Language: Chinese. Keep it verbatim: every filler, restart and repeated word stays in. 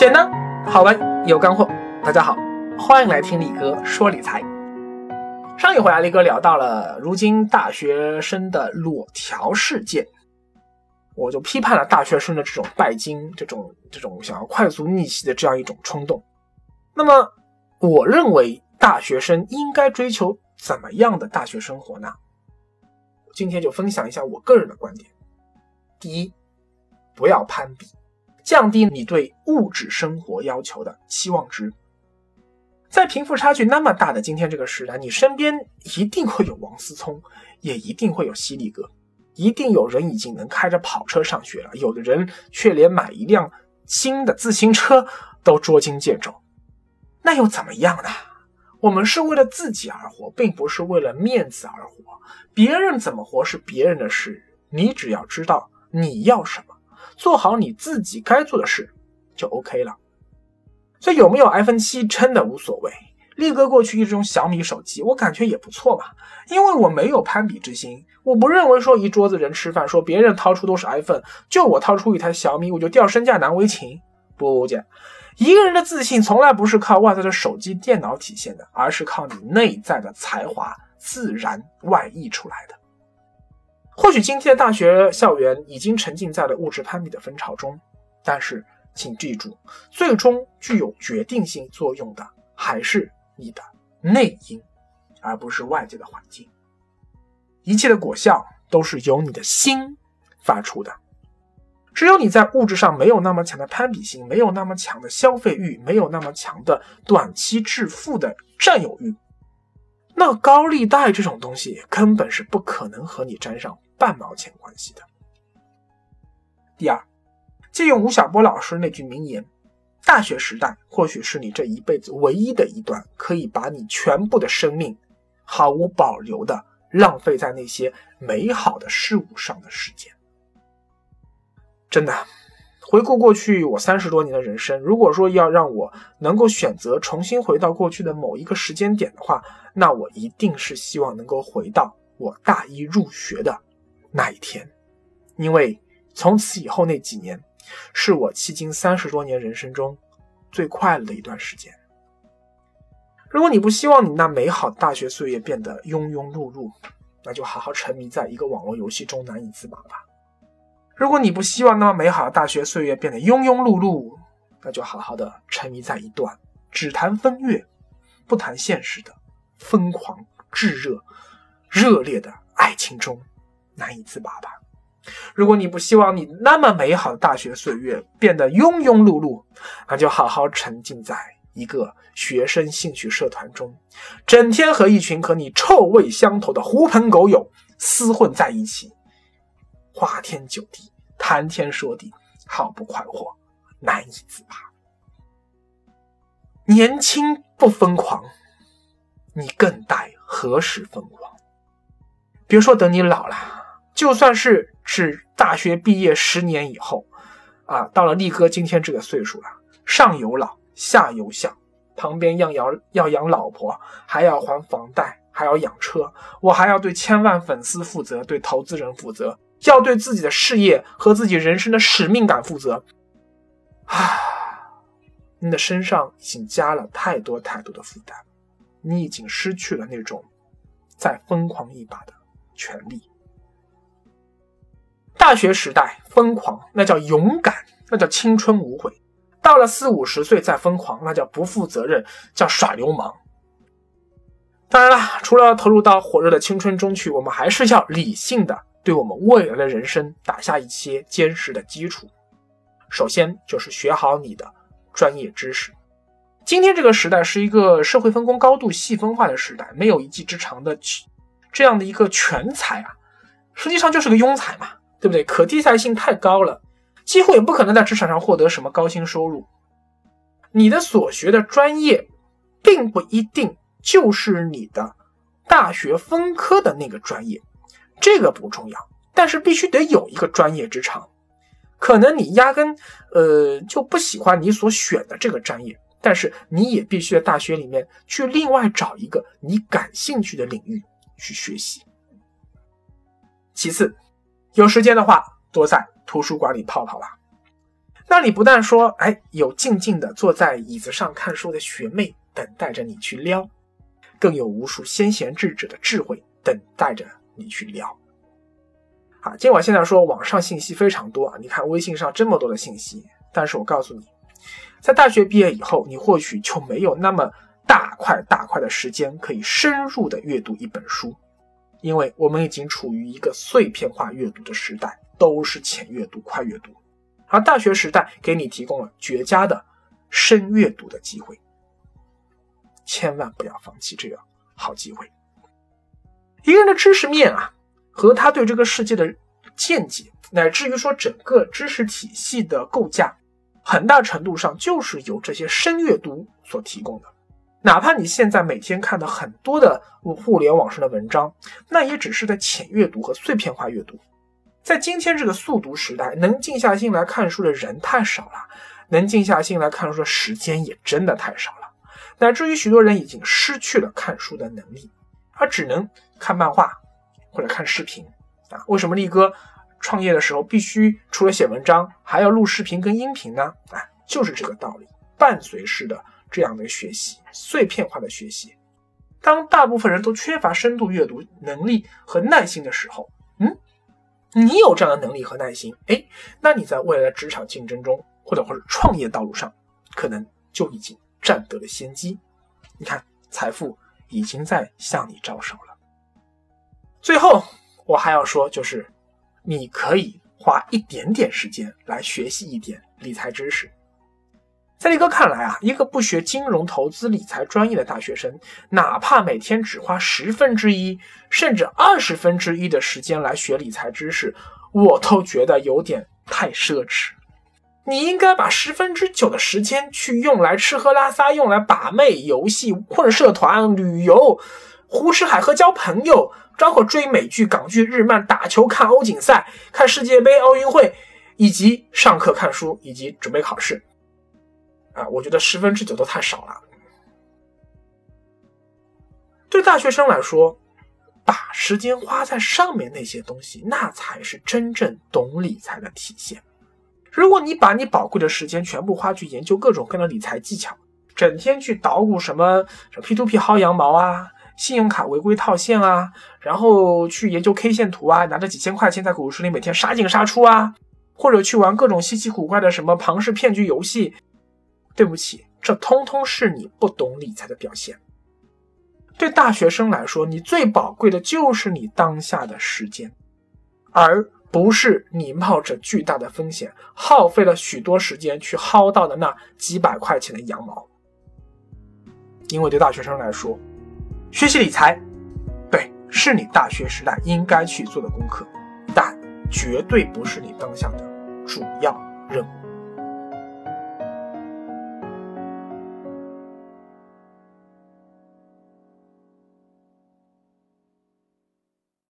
简单好玩有干货。大家好，欢迎来听力哥说理财。上一回啊，力哥聊到了如今大学生的裸条事件，我就批判了大学生的这种拜金，这种这种想要快速逆袭的这样一种冲动。那么我认为大学生应该追求怎么样的大学生活呢？今天就分享一下我个人的观点。第一，不要攀比，降低你对物质生活要求的期望值。在贫富差距那么大的今天这个时代，你身边一定会有王思聪，也一定会有犀利哥，一定有人已经能开着跑车上学了，有的人却连买一辆新的自行车都捉襟见肘。那又怎么样呢？我们是为了自己而活，并不是为了面子而活。别人怎么活是别人的事，你只要知道你要什么，做好你自己该做的事就 OK 了。所以有没有 iPhone 七真的无所谓，力哥过去一直用小米手机，我感觉也不错嘛，因为我没有攀比之心。我不认为说一桌子人吃饭，说别人掏出都是 iPhone， 就我掏出一台小米我就掉身价难为情。不姐，一个人的自信从来不是靠外在的手机电脑体现的，而是靠你内在的才华自然外溢出来的。或许今天的大学校园已经沉浸在了物质攀比的风潮中，但是请记住，最终具有决定性作用的还是你的内因，而不是外界的环境。一切的果效都是由你的心发出的。只有你在物质上没有那么强的攀比心，没有那么强的消费欲，没有那么强的短期致富的占有欲，那高利贷这种东西根本是不可能和你沾上半毛钱关系的。第二，借用吴晓波老师那句名言，大学时代或许是你这一辈子唯一的一段可以把你全部的生命毫无保留的浪费在那些美好的事物上的时间。真的，回顾过去我三十多年的人生，如果说要让我能够选择重新回到过去的某一个时间点的话，那我一定是希望能够回到我大一入学的那一天，因为从此以后那几年是我迄今三十多年人生中最快乐的一段时间。如果你不希望你那美好的大学岁月变得庸庸碌碌，那就好好沉迷在一个网络游戏中难以自拔吧。如果你不希望那么美好的大学岁月变得庸庸碌碌，那就好好的沉迷在一段只谈风月不谈现实的疯狂炙热热烈的爱情中难以自拔吧。如果你不希望你那么美好的大学岁月变得庸庸碌碌，那就好好沉浸在一个学生兴趣社团中，整天和一群和你臭味相投的狐朋狗友厮混在一起，花天酒地，谈天说地，好不快活，难以自拔。年轻不疯狂，你更待何时疯狂？别说等你老了，就算是指大学毕业十年以后啊，到了力哥今天这个岁数了，上有老下有小，旁边要养要养老婆，还要还房贷，还要养车，我还要对千万粉丝负责，对投资人负责，要对自己的事业和自己人生的使命感负责啊！你的身上已经加了太多太多的负担，你已经失去了那种再疯狂一把的权利。大学时代疯狂，那叫勇敢，那叫青春无悔。到了四五十岁再疯狂，那叫不负责任，叫耍流氓。当然了，除了投入到火热的青春中去，我们还是要理性的对我们未来的人生打下一些坚实的基础。首先就是学好你的专业知识。今天这个时代是一个社会分工高度细分化的时代，没有一技之长的这样的一个全才啊，实际上就是个庸才嘛，对不对？可替代性太高了，几乎也不可能在职场上获得什么高薪收入。你的所学的专业并不一定就是你的大学分科的那个专业，这个不重要，但是必须得有一个专业之长。可能你压根呃就不喜欢你所选的这个专业，但是你也必须在大学里面去另外找一个你感兴趣的领域去学习。其次，有时间的话多在图书馆里泡泡吧。 那里不但说，哎，有静静的坐在椅子上看书的学妹等待着你去撩，更有无数先贤智者的智慧等待着你去撩。啊，尽管现在说网上信息非常多啊，你看微信上这么多的信息，但是我告诉你，在大学毕业以后，你或许就没有那么大块大块的时间可以深入的阅读一本书，因为我们已经处于一个碎片化阅读的时代，都是浅阅读、快阅读。而大学时代给你提供了绝佳的深阅读的机会，千万不要放弃这个好机会。一个人的知识面啊，和他对这个世界的见解，乃至于说整个知识体系的构架，很大程度上就是由这些深阅读所提供的。哪怕你现在每天看的很多的互联网上的文章，那也只是在浅阅读和碎片化阅读。在今天这个速读时代，能静下心来看书的人太少了，能静下心来看书的时间也真的太少了，乃至于许多人已经失去了看书的能力，而只能看漫画或者看视频啊。为什么力哥创业的时候必须除了写文章还要录视频跟音频呢？啊，就是这个道理，伴随式的这样的学习，碎片化的学习。当大部分人都缺乏深度阅读能力和耐心的时候，嗯，你有这样的能力和耐心，哎，那你在未来的职场竞争中，或者或者创业道路上，可能就已经占得了先机。你看，财富已经在向你招手了。最后，我还要说，就是你可以花一点点时间来学习一点理财知识。在力哥看来啊，一个不学金融投资理财专业的大学生，哪怕每天只花十分之一甚至二十分之一的时间来学理财知识，我都觉得有点太奢侈。你应该把十分之九的时间去用来吃喝拉撒，用来把妹、游戏、混社团、旅游、胡吃海喝、交朋友，包括追美剧、港剧、日漫、打球、看欧锦赛、看世界杯、奥运会，以及上课看书，以及准备考试。啊，我觉得十分之九都太少了。对大学生来说，把时间花在上面那些东西，那才是真正懂理财的体现。如果你把你宝贵的时间全部花去研究各种各样的理财技巧，整天去捣鼓什么 P to P 薅羊毛啊，信用卡违规套现啊，然后去研究 K 线图啊，拿着几千块钱在股市里每天杀进杀出啊，或者去玩各种稀奇古怪的什么庞氏骗局游戏，对不起，这通通是你不懂理财的表现。对大学生来说，你最宝贵的就是你当下的时间，而不是你冒着巨大的风险，耗费了许多时间去薅到的那几百块钱的羊毛。因为对大学生来说，学习理财，对，是你大学时代应该去做的功课，但绝对不是你当下的主要任务。